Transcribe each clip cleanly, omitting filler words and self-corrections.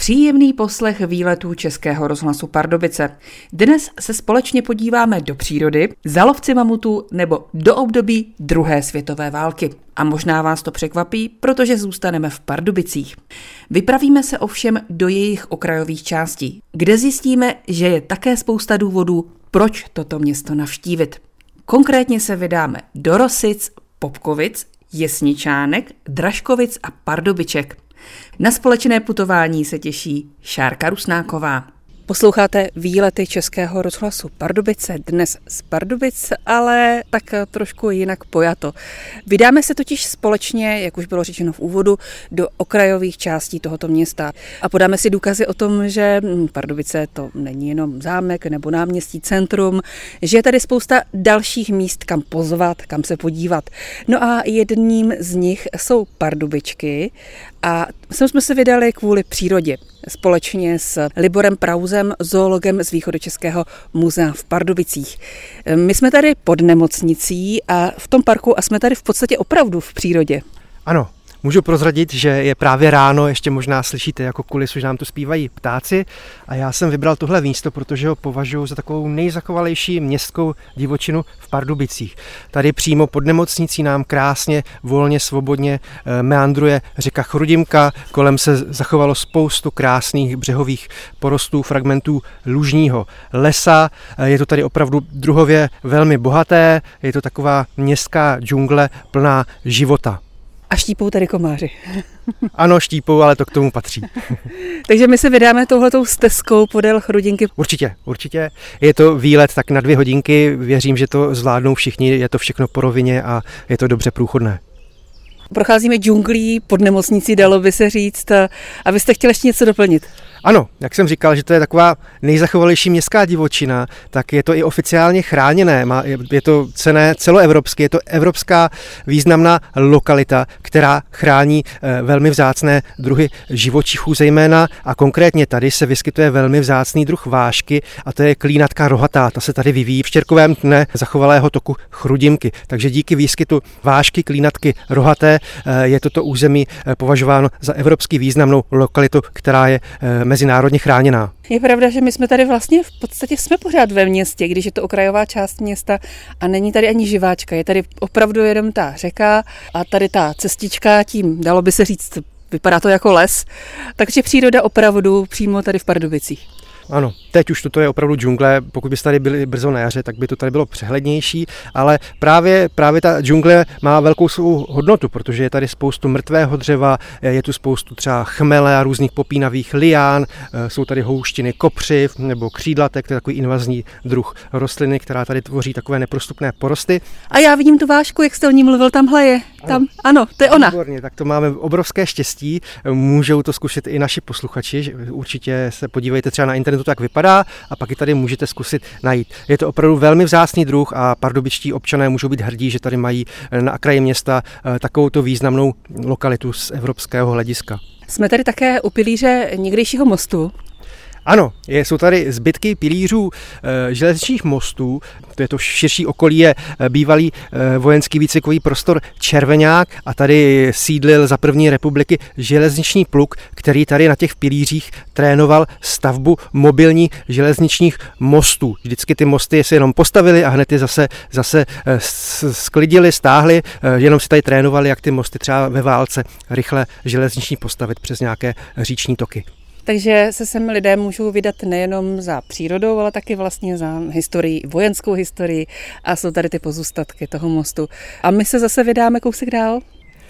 Příjemný poslech výletů Českého rozhlasu Pardubice. Dnes se společně podíváme do přírody, za lovci mamutů nebo do období druhé světové války. A možná vás to překvapí, protože zůstaneme v Pardubicích. Vypravíme se ovšem do jejich okrajových částí, kde zjistíme, že je také spousta důvodů, proč toto město navštívit. Konkrétně se vydáme do Rosic, Popkovic, Jesničánek, Dražkovic a Pardubiček. Na společné putování se těší Šárka Rusnáková. Posloucháte výlety Českého rozhlasu Pardubice, dnes z Pardubic, ale tak trošku jinak pojato. Vydáme se totiž společně, jak už bylo řečeno v úvodu, do okrajových částí tohoto města a podáme si důkazy o tom, že Pardubice to není jenom zámek nebo náměstí, centrum, že je tady spousta dalších míst, kam pozvat, kam se podívat. No a jedním z nich jsou Pardubičky a sem jsme se vydali kvůli přírodě. Společně s Liborem Prausem, zoologem z Východočeského muzea v Pardubicích. My jsme tady pod nemocnicí a v tom parku a jsme tady v podstatě opravdu v přírodě. Ano, můžu prozradit, že je právě ráno, ještě možná slyšíte jako kulisu, že nám tu zpívají ptáci a já jsem vybral tohle místo, protože ho považuji za takovou nejzachovalejší městskou divočinu v Pardubicích. Tady přímo pod nemocnicí nám krásně, volně, svobodně meandruje řeka Chrudimka, kolem se zachovalo spoustu krásných břehových porostů, fragmentů lužního lesa, je to tady opravdu druhově velmi bohaté, je to taková městská džungle plná života. A štípou tady komáři. Ano, štípou, ale to k tomu patří. Takže my se vydáme touhletou stezkou podél Chrudimky. Určitě. Je to výlet tak na 2 hodinky, věřím, že to zvládnou všichni, je to všechno po rovině a je to dobře průchodné. Procházíme džunglí pod nemocnicí, dalo by se říct. A vy jste chtěli ještě něco doplnit? Ano, jak jsem říkal, že to je taková nejzachovalejší městská divočina, tak je to i oficiálně chráněné. Je to cenné celoevropsky, je to evropská významná lokalita, která chrání velmi vzácné druhy živočichů zejména a konkrétně tady se vyskytuje velmi vzácný druh vášky a to je klínatka rohatá. Ta se tady vyvíjí v štěrkovém dne zachovalého toku Chrudimky. Takže díky výskytu vášky klínatky rohaté je toto území považováno za evropsky významnou lokalitu, která je mezinárodně chráněná. Je pravda, že my jsme tady vlastně v podstatě jsme pořád ve městě, když je to okrajová část města a není tady ani živáčka. Je tady opravdu jenom ta řeka a tady ta cestička, tím dalo by se říct, vypadá to jako les. Takže příroda opravdu přímo tady v Pardubicích. Ano, teď už toto je opravdu džungle, pokud byste tady byli brzo na jaře, tak by to tady bylo přehlednější, ale právě ta džungle má velkou svou hodnotu, protože je tady spoustu mrtvého dřeva, je tu spoustu třeba chmele a různých popínavých lián, jsou tady houštiny kopřiv nebo křídlatek, to je takový invazní druh rostliny, která tady tvoří takové neprostupné porosty. A já vidím tu vášku, jak jste o ní mluvil, tamhle je, tam, ano, to je ona. Výborně, tak to máme obrovské štěstí, můžou to zkusit i naši posluchači, určitě se podívejte třeba na internetu, tak vypadá a pak ji tady můžete zkusit najít. Je to opravdu velmi vzácný druh a pardubičtí občané můžou být hrdí, že tady mají na kraji města takovouto významnou lokalitu z evropského hlediska. Jsme tady také u pilíře někdejšího mostu. Ano, jsou tady zbytky pilířů železničních mostů, to je to širší okolí, je bývalý vojenský výcvikový prostor Červeňák a tady sídlil za první republiky železniční pluk, který tady na těch pilířích trénoval stavbu mobilních železničních mostů. Vždycky ty mosty se jenom postavili a hned je zase sklidili, stáhli, jenom si tady trénovali, jak ty mosty třeba ve válce rychle železniční postavit přes nějaké říční toky. Takže se sem lidé můžou vydat nejenom za přírodou, ale taky vlastně za historii, vojenskou historii a jsou tady ty pozůstatky toho mostu. A my se zase vydáme kousek dál.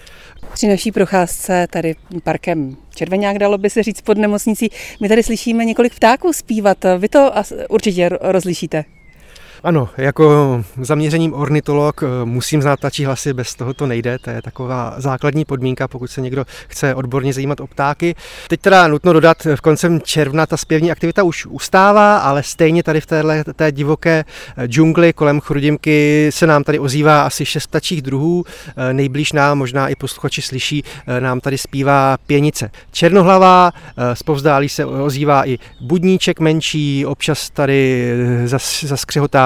Při naší procházce tady parkem Červeňák, dalo by se říct pod nemocnicí, my tady slyšíme několik ptáků zpívat. Vy to určitě rozlišíte. Ano, jako zaměřením ornitolog musím znát ptačí hlasy, bez toho to nejde, to je taková základní podmínka, pokud se někdo chce odborně zajímat o ptáky. Teď teda nutno dodat, v koncem června ta zpěvní aktivita už ustává, ale stejně tady v té divoké džungli kolem Chrudimky se nám tady ozývá asi 6 ptačích druhů, nejblíž nám, možná i posluchači slyší, nám tady zpívá pěnice černohlavá, zpovzdálí se ozývá i budníček menší, občas tady zaskřehotá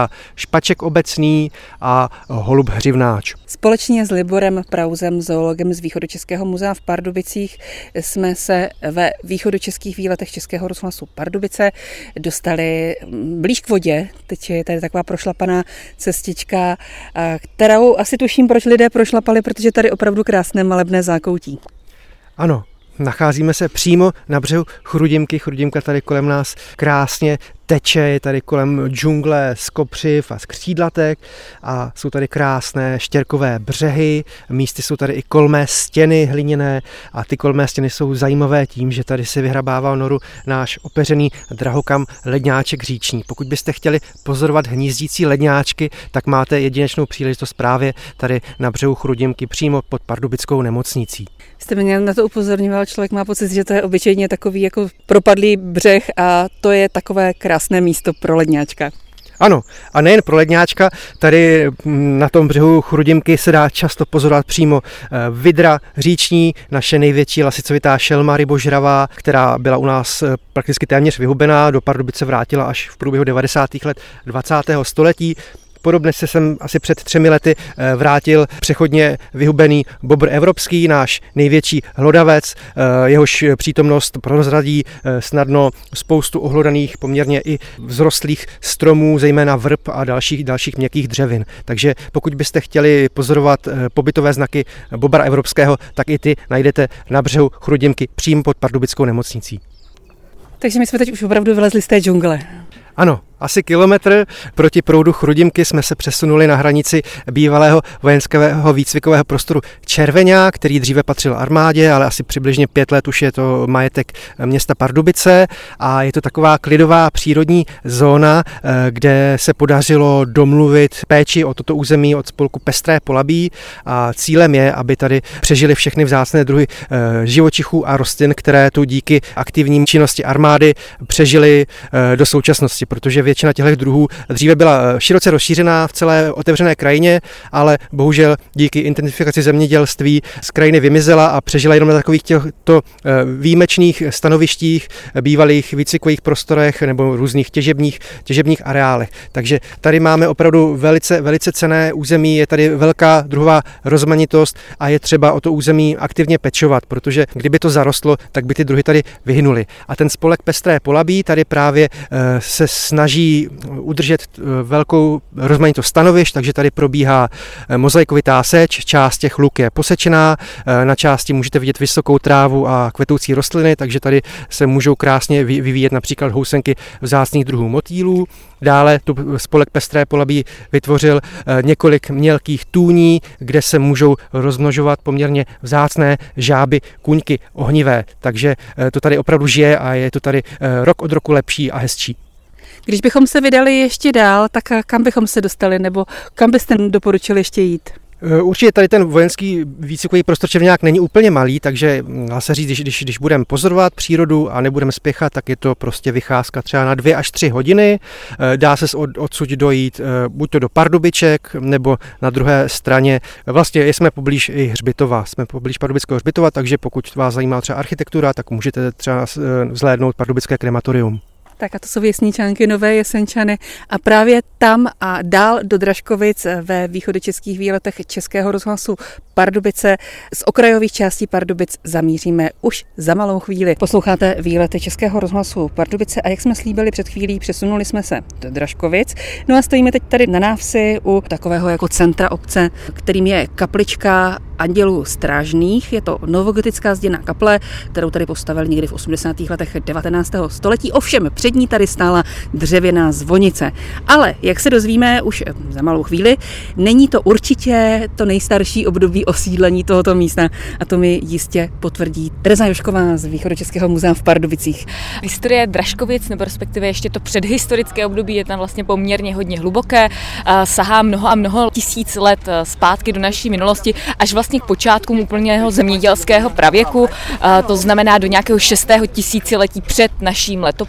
říká špaček obecný a holub hřivnáč. Společně s Liborem Prausem, zoologem z Východočeského muzea v Pardubicích, jsme se ve východočeských výletech Českého rozhlasu Pardubice dostali blíž k vodě. Teď je tady taková prošlapaná cestička, kterou asi tuším, proč lidé prošlapali, protože tady opravdu krásné malebné zákoutí. Ano, nacházíme se přímo na břehu Chrudimky. Chrudimka tady kolem nás krásně teče, je tady kolem džungle z kopřiv a z křídlatek a jsou tady krásné štěrkové břehy, místy jsou tady i kolmé stěny hliněné a ty kolmé stěny jsou zajímavé tím, že tady si vyhrabával noru náš opeřený drahokam ledňáček říční. Pokud byste chtěli pozorovat hnízdící ledňáčky, tak máte jedinečnou příležitost právě tady na břehu Chrudimky přímo pod Pardubickou nemocnicí. Jste mě na to upozorňoval, člověk má pocit, že to je obyčejně takový jako propadlý břeh a to je takové krásné místo pro ledňáčka. Ano, a nejen pro ledňáčka, tady na tom břehu Chrudimky se dá často pozorovat přímo vydra říční, naše největší lasicovitá šelma rybožravá, která byla u nás prakticky téměř vyhubená, do Pardubice vrátila až v průběhu 90. let 20. století. Podobně se sem asi před 3 lety vrátil přechodně vyhubený bobr evropský, náš největší hlodavec, jehož přítomnost prozradí snadno spoustu ohlodaných poměrně i vzrostlých stromů, zejména vrb a dalších měkkých dřevin. Takže pokud byste chtěli pozorovat pobytové znaky bobra evropského, tak i ty najdete na břehu Chrudimky přímo pod Pardubickou nemocnicí. Takže my jsme teď už opravdu vylezli z té džungle. Ano, asi kilometr proti proudu Chrudimky jsme se přesunuli na hranici bývalého vojenského výcvikového prostoru Červeňák, který dříve patřil armádě, ale asi přibližně 5 let už je to majetek města Pardubice a je to taková klidová přírodní zóna, kde se podařilo domluvit péči o toto území od spolku Pestré Polabí a cílem je, aby tady přežili všechny vzácné druhy živočichů a rostlin, které tu díky aktivní činnosti armády přežili do současnosti, protože většina těchto druhů dříve byla široce rozšířená v celé otevřené krajině, ale bohužel díky intenzifikaci zemědělství z krajiny vymizela a přežila jenom na takových těchto výjimečných stanovištích, bývalých výcvikových prostorech nebo různých těžebních areálech. Takže tady máme opravdu velice cenné území, je tady velká druhová rozmanitost a je třeba o to území aktivně pečovat, protože kdyby to zarostlo, tak by ty druhy tady vyhnuly. A ten spolek Pestré Polabí tady právě se snaží udržet velkou rozmanitost stanovišť, takže tady probíhá mozaikovitá seč, část těch luk je posečená, na části můžete vidět vysokou trávu a kvetoucí rostliny, takže tady se můžou krásně vyvíjet například housenky vzácných druhů motýlů. Dále tu spolek Pestré Polabí vytvořil několik mělkých tůní, kde se můžou rozmnožovat poměrně vzácné žáby kuňky ohnivé, takže to tady opravdu žije a je to tady rok od roku lepší a hezčí. Když bychom se vydali ještě dál, tak kam bychom se dostali, nebo kam byste doporučili ještě jít? Určitě tady ten vojenský výcvikový prostor Červeňák není úplně malý, takže dá se říct, když budeme pozorovat přírodu a nebudeme spěchat, tak je to prostě vycházka třeba na 2 až 3 hodiny. Dá se odsud dojít buď to do Pardubiček, nebo na druhé straně. Vlastně jsme poblíž i hřbitova, jsme poblíž Pardubického hřbitova, takže pokud vás zajímá třeba architektura, tak můžete třeba vzhlédnout Pardubické krematorium. Tak a to jsou Věsničánky, Nové Jesenčany a právě tam a dál do Dražkovic ve východočeských výletech Českého rozhlasu Pardubice z okrajových částí Pardubic zamíříme už za malou chvíli. Posloucháte výlety Českého rozhlasu Pardubice a jak jsme slíbili před chvílí, přesunuli jsme se do Dražkovic. No a stojíme teď tady na návsi u takového jako centra obce, kterým je kaplička Andělů strážných. Je to novogotická zděná kaple, kterou tady postavili někdy v 80. letech 19. století. Ovšem před ní tady stála dřevěná zvonice. Ale jak se dozvíme už za malou chvíli, není to určitě to nejstarší období osídlení tohoto místa. A to mi jistě potvrdí Tereza Jošková z Východočeského muzea v Pardubicích. Historie Dražkovic, nebo respektive ještě to předhistorické období, je tam vlastně poměrně hodně hluboké. Sahá mnoho a mnoho tisíc let zpátky do naší minulosti, až vlastně k počátkům úplného zemědělského pravěku. To znamená do nějakého 6. tisíciletí před naším letopočtem.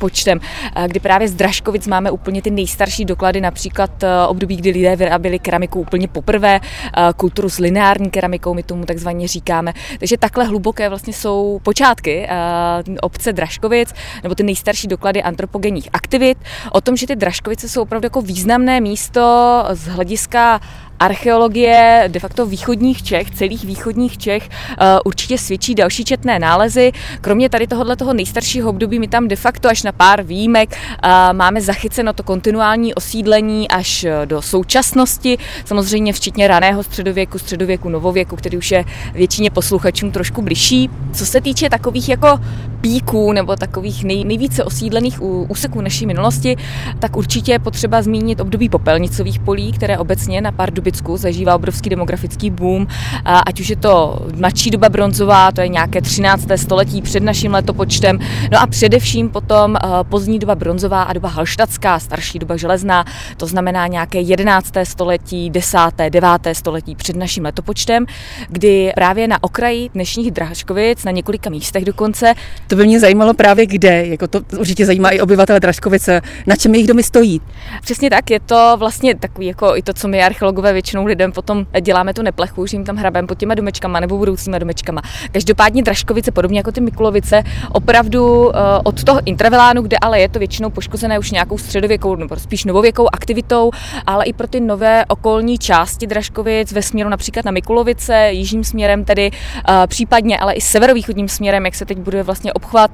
kdy právě z Dražkovic máme úplně ty nejstarší doklady, například období, kdy lidé vyráběli keramiku úplně poprvé, kulturu s lineární keramikou, my tomu takzvaně říkáme. Takže takhle hluboké vlastně jsou počátky obce Dražkovic, nebo ty nejstarší doklady antropogenních aktivit. O tom, že ty Dražkovice jsou opravdu jako významné místo z hlediska archeologie de facto východních Čech, celých východních Čech, určitě svědčí další četné nálezy. Kromě tady tohoto nejstaršího období, my tam de facto až na pár výjimek máme zachyceno to kontinuální osídlení až do současnosti, samozřejmě včetně raného středověku, novověku, který už je většině posluchačům trošku bližší. Co se týče takových jako píků nebo takových nejvíce osídlených úseků naší minulosti, tak určitě je potřeba zmínit období popelnicových polí, které obecně na Pardubicku zažívá obrovský demografický boom, ať už je to mladší doba bronzová, to je nějaké 13. století před naším letopočtem, no a především potom pozdní doba bronzová a doba halštatská, starší doba železná, to znamená nějaké 11. století, 10., 9. století před naším letopočtem, kdy právě na okraji dnešních Dražkovic, na několika místech dokonce. To by mě zajímalo právě kde, jako to určitě zajímá i obyvatele Dražkovice, na čem jejich domy stojí. Přesně tak, je to vlastně takový jako i to, co my archeologové většinou lidem potom děláme tu neplechu, že jim tam hrabeme pod těma domečkama nebo budoucíma domečkama. Každopádně Dražkovice, podobně jako ty Mikulovice, opravdu od toho intravilánu, kde ale je to většinou poškozené už nějakou středověkou nebo spíš novověkou aktivitou, ale i pro ty nové okolní části Dražkovic ve směru například na Mikulovice, jižním směrem tedy, případně ale i severovýchodním směrem, jak se teď buduje vlastně obchvat,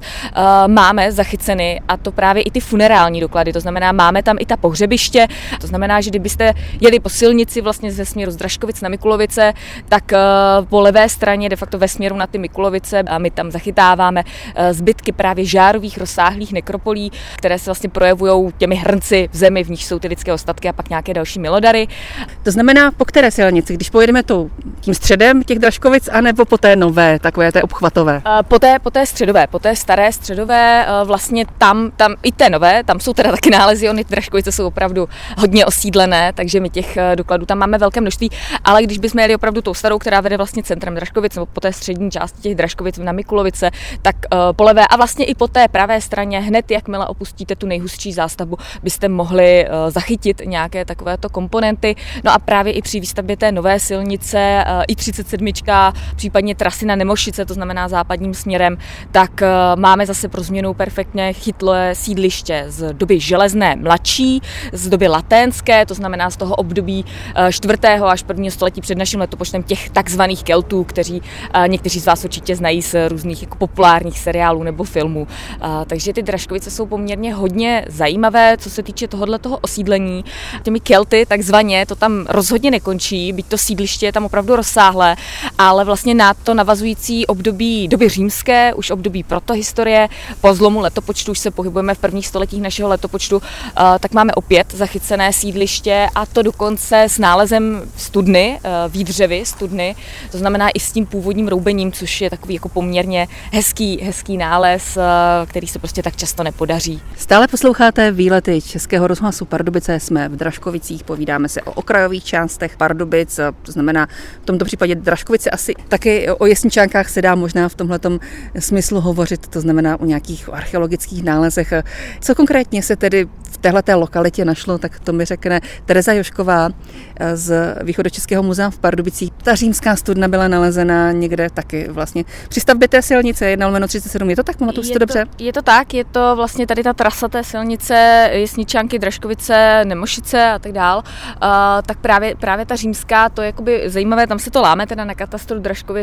máme zachyceny, a to právě i ty funerální doklady, to znamená, máme tam i ta pohřebiště, to znamená, že kdybyste jeli po silnici vlastně ze směru z Dražkovic na Mikulovice, tak po levé straně de facto ve směru na ty Mikulovice a my tam zachytáváme zbytky právě žárových rozsáhlých nekropolí, které se vlastně projevují těmi hrnci v zemi, v nich jsou ty lidské ostatky a pak nějaké další milodary. To znamená, po které silnici, když pojedeme tím středem těch Dražkovic, anebo po té nové, takové té obchvatové? Po té středové, po té staré středové, vlastně tam i té nové, tam jsou teda taky nálezy, ony Dražkovice jsou opravdu hodně osídlené, takže my těch dokladů tam máme velké množství, ale když bychom jeli opravdu tou starou, která vede vlastně centrem Dražkovic, nebo po té střední části těch Dražkovic na Mikulovice, tak po levé a vlastně i po té pravé straně, hned jakmile opustíte tu nejhustší zástavbu, byste mohli zachytit nějaké takovéto komponenty. No a právě i při výstavbě té nové silnice, i 37, případně trasy na Nemošice, to znamená západním směrem, tak máme zase pro změnu perfektně chytlé sídliště z doby železné mladší, z doby laténské, to znamená z toho období 4. až 1. století před naším letopočtem, těch takzvaných Keltů, kteří někteří z vás určitě znají z různých jako populárních seriálů nebo filmů. Takže ty Dražkovice jsou poměrně hodně zajímavé, co se týče tohoto osídlení. Těmi Kelty takzvaně to tam rozhodně nekončí, byť to sídliště je tam opravdu rozsáhlé, ale vlastně na to navazující období doby římské, už období protohistorie, po zlomu letopočtu, už se pohybujeme v prvních stoletích našeho letopočtu, tak máme opět zachycené sídliště, a to dokonce s nálezem studny, výdřevy studny, to znamená i s tím původním roubením, což je takový jako poměrně hezký nález, který se prostě tak často nepodaří. Stále posloucháte výlety Českého rozhlasu Pardubice, jsme v Dražkovicích, povídáme se o okrajových částech Pardubic, to znamená v tomto případě Dražkovice asi taky o jesničánkách se dá možná v tomhletom smyslu hovořit, to znamená o nějakých archeologických nálezech. Co konkrétně se tedy v téhleté lokalitě našlo, tak to mi řekne Tereza Jošková z Východočeského muzea v Pardubicích. Ta římská studna byla nalezena někde taky vlastně při stavbě té silnice 1/37. Je to tak? Pamatuju si to dobře? Je to tak, je to vlastně tady ta trasa té silnice Jesničánky, Dražkovice, Nemošice a tak dál. Tak právě ta římská, to je jakoby zajímavé, tam se to láme teda na katastru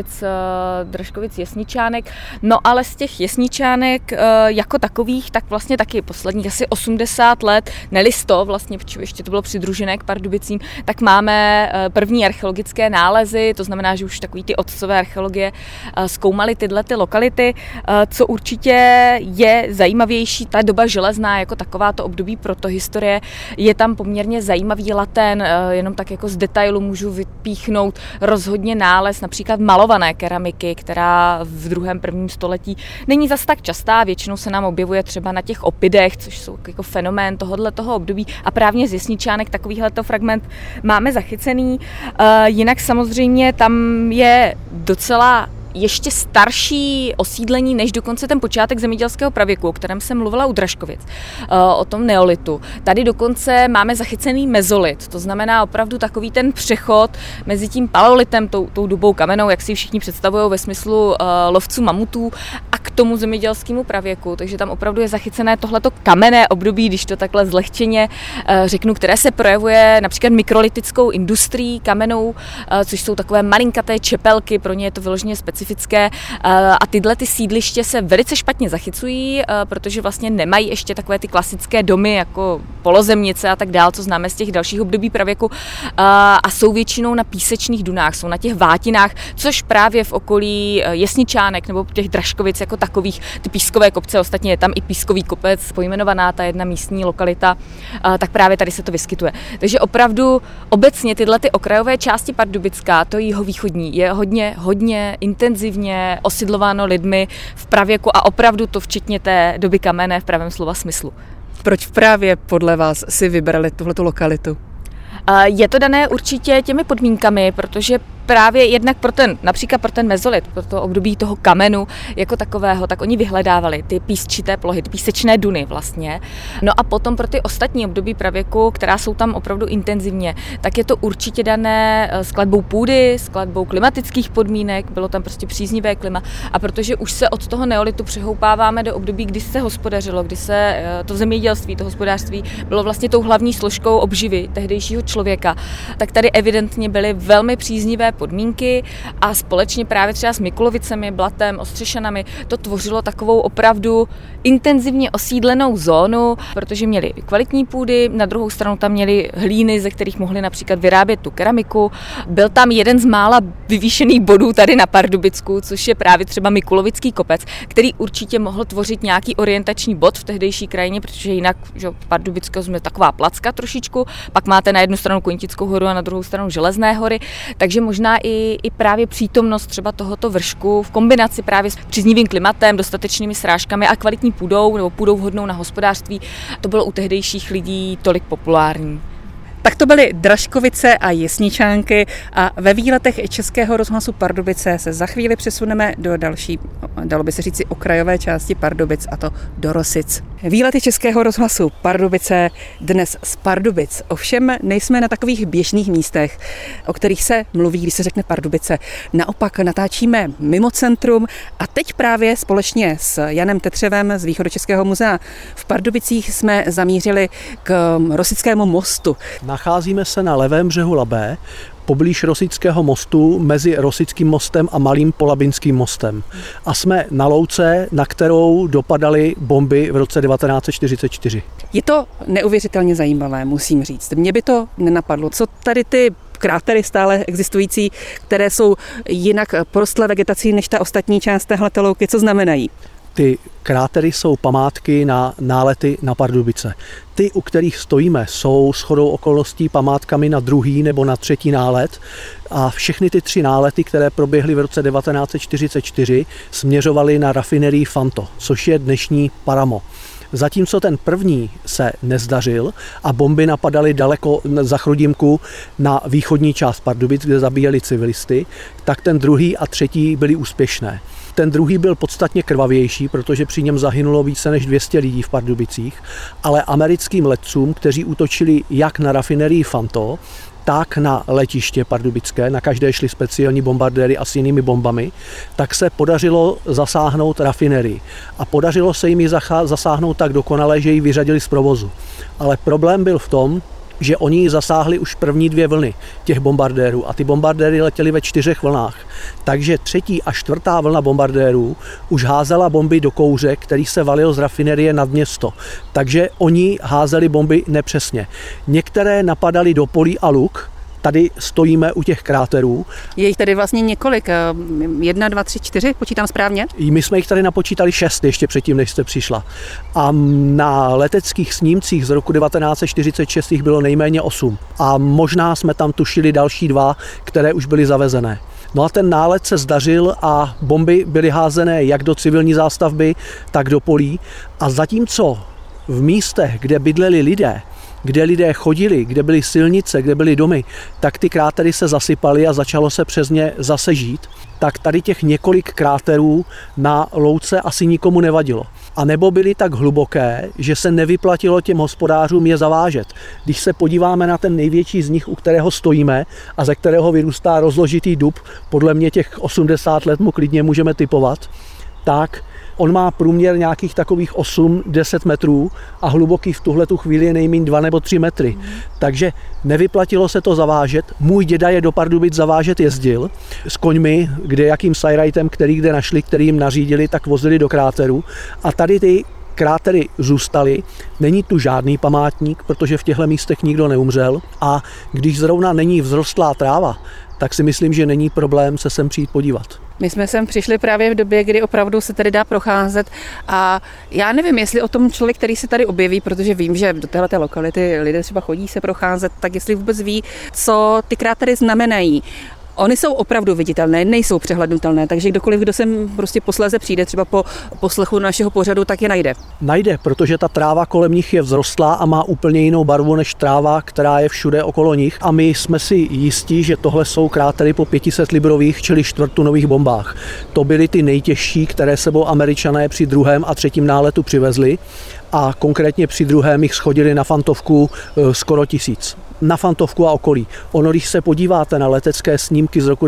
Dražkovic Jesničánek. No ale z těch Jesničánek jako takových, tak vlastně taky posledních asi 80 let, ne-li 100 vlastně, protože ještě to bylo přidružené k Pardubicím, tak máme první archeologické nálezy, to znamená, že už takový ty otcové archeologie zkoumali tyhle ty lokality. Co určitě je zajímavější, ta doba železná jako taková, to období protohistorie, je tam poměrně zajímavý latén, jenom tak jako z detailu můžu vypíchnout rozhodně nález například malované keramiky, která v 2. 1. století není zas tak častá, většinou se nám objevuje třeba na těch opidech, což jsou jako fenomén tohoto období, a právě z Jesničánek takovýhleto fragment máme zachycený. Jinak samozřejmě tam je docela ještě starší osídlení než dokonce ten počátek zemědělského pravěku, o kterém jsem mluvila u Dražkovic, o tom neolitu. Tady dokonce máme zachycený mezolit, to znamená opravdu takový ten přechod mezi tím paleolitem, tou dobou kamennou, jak si všichni představují ve smyslu lovců mamutů, a k tomu zemědělskému pravěku. Takže tam opravdu je zachycené tohleto kamenné období, když to takhle zlehčeně řeknu, které se projevuje například mikrolitickou industrií kamennou, což jsou takové malinkaté čepelky, pro ně je to vyloženě specifické, a tyhle ty sídliště se velice špatně zachycují, protože vlastně nemají ještě takové ty klasické domy jako polozemnice a tak dál, co známe z těch dalších období pravěku, a jsou většinou na písečných dunách, jsou na těch vátinách, což právě v okolí Jesničánek nebo těch Dražkovic jako takových, ty pískové kopce, ostatně je tam i pískový kopec pojmenovaná ta jedna místní lokalita, tak právě tady se to vyskytuje. Takže opravdu obecně tyhle ty okrajové části Pardubická, to jihovýchodní, je hodně intenzivně osidlováno lidmi v pravěku a opravdu to včetně té doby kamenné v pravém slova smyslu. Proč právě podle vás si vybrali tuhletu lokalitu? Je to dané určitě těmi podmínkami, protože právě jednak například pro ten mezolit, pro to období toho kamenu jako takového, tak oni vyhledávali ty písčité plohy, ty písečné duny vlastně. No a potom pro ty ostatní období pravěku, která jsou tam opravdu intenzivně, tak je to určitě dané skladbou půdy, skladbou klimatických podmínek, bylo tam prostě příznivé klima, a protože už se od toho neolitu přehoupáváme do období, kdy se hospodařilo, kdy se to zemědělství, to hospodářství bylo vlastně tou hlavní složkou obživy tehdejšího člověka, tak tady evidentně byly velmi příznivé podmínky a společně právě třeba s Mikulovicemi, Blatem, Ostřešanami to tvořilo takovou opravdu intenzivně osídlenou zónu, protože měli kvalitní půdy, na druhou stranu tam měli hlíny, ze kterých mohli například vyrábět tu keramiku. Byl tam jeden z mála vyvýšených bodů tady na Pardubicku, což je právě třeba Mikulovický kopec, který určitě mohl tvořit nějaký orientační bod v tehdejší krajině, protože jinak, že Pardubicko jsme taková placka trošičku, pak máte na jednu stranu Konítickou horu a na druhou stranu Železné hory, takže možná i právě přítomnost třeba tohoto vršku v kombinaci právě s příznivým klimatem, dostatečnými srážkami a kvalitní půdou nebo půdou vhodnou na hospodářství, to bylo u tehdejších lidí tolik populární. Tak to byly Dražkovice a Jesničánky a ve výletech Českého rozhlasu Pardubice se za chvíli přesuneme do další, dalo by se říci, okrajové části Pardubic, a to do Rosic. Výlety Českého rozhlasu Pardubice dnes z Pardubic. Ovšem nejsme na takových běžných místech, o kterých se mluví, když se řekne Pardubice. Naopak natáčíme mimo centrum a teď právě společně s Janem Tetřevem z Východočeského muzea v Pardubicích jsme zamířili k Rosickému mostu. Nacházíme se na levém břehu Labe, poblíž Rosického mostu, mezi Rosickým mostem a Malým Polabinským mostem. A jsme na louce, na kterou dopadaly bomby v roce 1944. Je to neuvěřitelně zajímavé, musím říct. Mně by to nenapadlo. Co tady ty krátery stále existující, které jsou jinak porostlé vegetací než ta ostatní část téhle louky, co znamenají? Ty krátery jsou památky na nálety na Pardubice. Ty, u kterých stojíme, jsou shodou okolností památkami na druhý nebo na třetí nálet a všechny ty tři nálety, které proběhly v roce 1944, směřovaly na rafinerii Fanto, což je dnešní Paramo. Zatímco ten první se nezdařil a bomby napadaly daleko za Chrudimku na východní část Pardubic, kde zabíjeli civilisty, tak ten druhý a třetí byly úspěšné. Ten druhý byl podstatně krvavější, protože při něm zahynulo více než 200 lidí v Pardubicích, ale americkým letcům, kteří útočili jak na rafinerii Fanto, tak na letiště pardubické, na každé šly speciální bombardéry a s jinými bombami, tak se podařilo zasáhnout rafinerii. A podařilo se jim ji zasáhnout tak dokonale, že ji vyřadili z provozu. Ale problém byl v tom, že oni zasáhli už první dvě vlny těch bombardérů a ty bombardéry letěly ve 4 vlnách. Takže třetí a čtvrtá vlna bombardérů už házela bomby do kouře, který se valil z rafinerie nad město. Takže oni házeli bomby nepřesně. Některé napadaly do polí a luk. Tady stojíme u těch kráterů. Je jich tady vlastně několik. 1, 2, 3, 4, počítám správně? My jsme jich tady napočítali 6 ještě předtím, než jste přišla. A na leteckých snímcích z roku 1946 jich bylo nejméně 8. A možná jsme tam tušili další 2, které už byly zavezené. No a ten nálet se zdařil a bomby byly házené jak do civilní zástavby, tak do polí. A zatímco v místech, kde bydleli lidé, kde lidé chodili, kde byly silnice, kde byly domy, tak ty krátery se zasypaly a začalo se přes ně zase žít. Tak tady těch několik kráterů na louce asi nikomu nevadilo. A nebo byly tak hluboké, že se nevyplatilo těm hospodářům je zavážet. Když se podíváme na ten největší z nich, u kterého stojíme a ze kterého vyrůstá rozložitý dub, podle mě těch 80 let mu klidně můžeme tipovat, tak on má průměr nějakých takových 8-10 metrů a hluboký v tuhletu chvíli je nejméně 2 nebo 3 metry. Takže nevyplatilo se to zavážet. Můj děda je do Pardubic zavážet jezdil s koňmi, kde jakým sajrajtem, který kde našli, který jim nařídili, tak vozili do kráteru. A tady ty krátery zůstaly. Není tu žádný památník, protože v těchto místech nikdo neumřel. A když zrovna není vzrostlá tráva, tak si myslím, že není problém se sem přijít podívat. My jsme sem přišli právě v době, kdy opravdu se tady dá procházet a já nevím, jestli o tom člověk, který se tady objeví, protože vím, že do téhleté lokality lidé třeba chodí se procházet, tak jestli vůbec ví, co ty krátery znamenají. Ony jsou opravdu viditelné, nejsou přehlednutelné, takže kdokoliv, kdo sem prostě posléze přijde, třeba po poslechu našeho pořadu, tak je najde. Najde, protože ta tráva kolem nich je vzrostlá a má úplně jinou barvu než tráva, která je všude okolo nich. A my jsme si jistí, že tohle jsou krátery po 500 librových, čili čtvrttunových bombách. To byly ty nejtěžší, které sebou Američané při 2. a 3. náletu přivezli. A konkrétně při 2. jich schodili na Fantovku skoro 1000. Na Fantovku a okolí. Ono, když se podíváte na letecké snímky z roku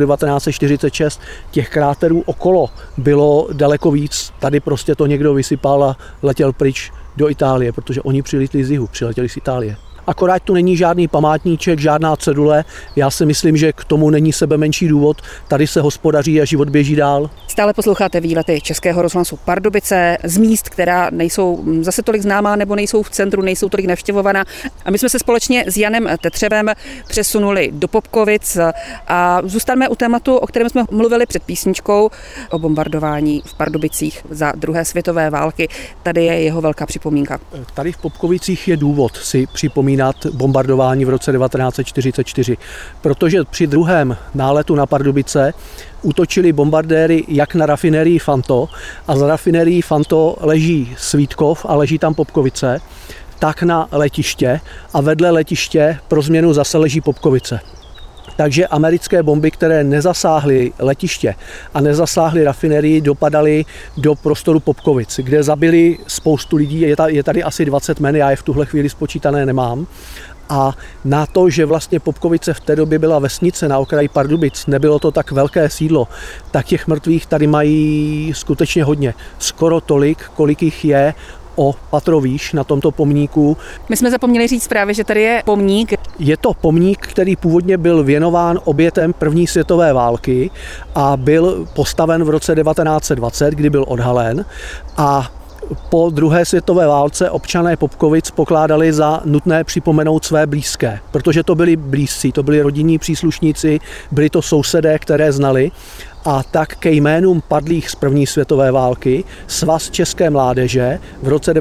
1946, těch kráterů okolo bylo daleko víc. Tady prostě to někdo vysypal a letěl pryč do Itálie, protože oni přiletěli z jihu, přiletěli z Itálie. Akorát tu není žádný památníček, žádná cedule. Já si myslím, že k tomu není sebemenší důvod. Tady se hospodaří a život běží dál. Stále posloucháte výlety Českého rozhlasu Pardubice z míst, která nejsou zase tolik známá nebo nejsou v centru, nejsou tolik navštěvovaná. A my jsme se společně s Janem Tetřevem přesunuli do Popkovic a zůstaneme u tématu, o kterém jsme mluvili před písničkou, o bombardování v Pardubicích za druhé světové války. Tady je jeho velká připomínka. Tady v Popkovicích je důvod si připomínat bombardování v roce 1944, protože při 2. náletu na Pardubice útočili bombardéry jak na rafinerii Fanto a za rafinerií Fanto leží Svítkov a leží tam Popkovice, tak na letiště a vedle letiště pro změnu zase leží Popkovice. Takže americké bomby, které nezasáhly letiště a nezasáhly rafinerii, dopadaly do prostoru Popkovic, kde zabili spoustu lidí. Je tady asi 20 men, já je v tuhle chvíli spočítané nemám. A na to, že vlastně Popkovice v té době byla vesnice na okraji Pardubic, nebylo to tak velké sídlo, tak těch mrtvých tady mají skutečně hodně. Skoro tolik, kolik jich je o patro výš na tomto pomníku. My jsme zapomněli říct právě, že tady je pomník. Je to pomník, který původně byl věnován obětem první světové války a byl postaven v roce 1920, kdy byl odhalen. A po druhé světové válce občané Popkovic pokládali za nutné připomenout své blízké, protože to byli blízcí, to byli rodinní příslušníci, byli to sousedé, které znali. A tak ke jménům padlých z první světové války Svaz české mládeže v roce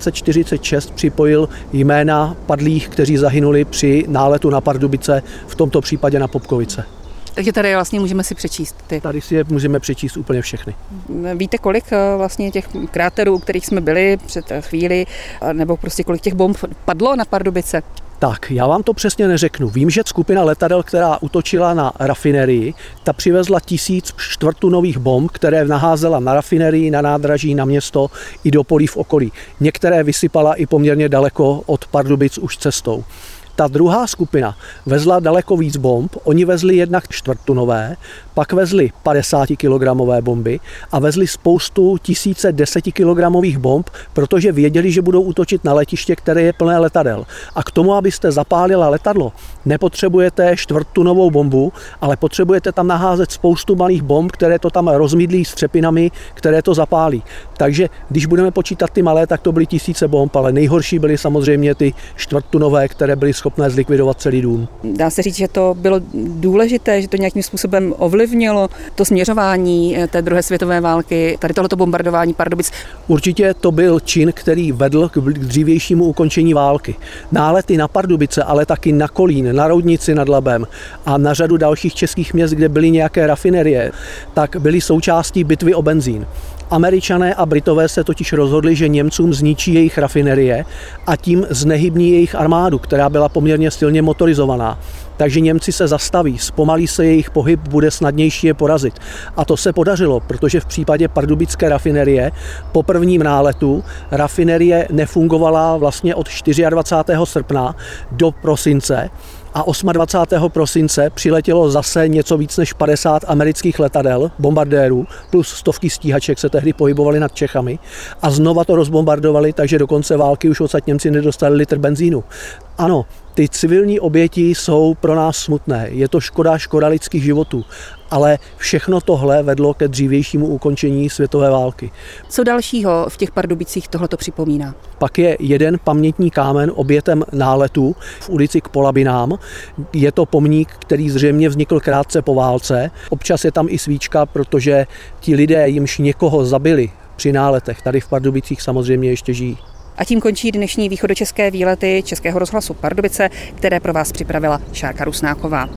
1946 připojil jména padlých, kteří zahynuli při náletu na Pardubice, v tomto případě na Popkovice. Takže tady vlastně můžeme si přečíst ty. Tady si je můžeme přečíst úplně všechny. Víte, kolik vlastně těch kráterů, u kterých jsme byli před chvíli, nebo prostě kolik těch bomb padlo na Pardubice? Tak, já vám to přesně neřeknu. Vím, že skupina letadel, která útočila na rafinerii, ta přivezla 1000 čtvrttunových bomb, které naházela na rafinerii, na nádraží, na město i do polí v okolí. Některé vysypala i poměrně daleko od Pardubic už cestou. Ta druhá skupina vezla daleko víc bomb, oni vezli jednak čtvrttunové, pak vezli 50-kilogramové bomby a vezli spoustu 1010-kilogramových bomb, protože věděli, že budou útočit na letiště, které je plné letadel. A k tomu, abyste zapálila letadlo, nepotřebujete čtvrttunovou bombu, ale potřebujete tam naházet spoustu malých bomb, které to tam rozmydlí střepinami, které to zapálí. Takže když budeme počítat ty malé, tak to byly 1000 bomb, ale nejhorší byly samozřejmě ty čtvrttunové, které byly schopné zlikvidovat celý dům. Dá se říct, že to bylo důležité, že to nějakým způsobem ovlivnilo to směřování té druhé světové války, tady tohleto bombardování Pardubic? Určitě to byl čin, který vedl k dřívějšímu ukončení války. Nálety na Pardubice, ale taky na Kolín, na Roudnici nad Labem a na řadu dalších českých měst, kde byly nějaké rafinerie, tak byly součástí bitvy o benzín. Američané a Britové se totiž rozhodli, že Němcům zničí jejich rafinerie a tím znehybní jejich armádu, která byla poměrně silně motorizovaná. Takže Němci se zastaví, zpomalí se jejich pohyb, bude snadnější je porazit. A to se podařilo, protože v případě pardubické rafinerie po prvním náletu rafinerie nefungovala vlastně od 24. srpna do prosince. A 28. prosince přiletělo zase něco víc než 50 amerických letadel, bombardérů, plus stovky stíhaček se tehdy pohybovaly nad Čechami a znova to rozbombardovali, takže do konce války už odsaď Němci nedostali litr benzínu. Ano, ty civilní oběti jsou pro nás smutné, je to škoda lidských životů, ale všechno tohle vedlo ke dřívějšímu ukončení světové války. Co dalšího v těch Pardubicích tohleto připomíná? Pak je jeden pamětní kámen obětem náletu v ulici k Polabinám. Je to pomník, který zřejmě vznikl krátce po válce. Občas je tam i svíčka, protože ti lidé, jimž někoho zabili při náletech, tady v Pardubicích samozřejmě ještě žijí. A tím končí dnešní východočeské výlety Českého rozhlasu Pardubice, které pro vás připravila Šárka Rusnáková.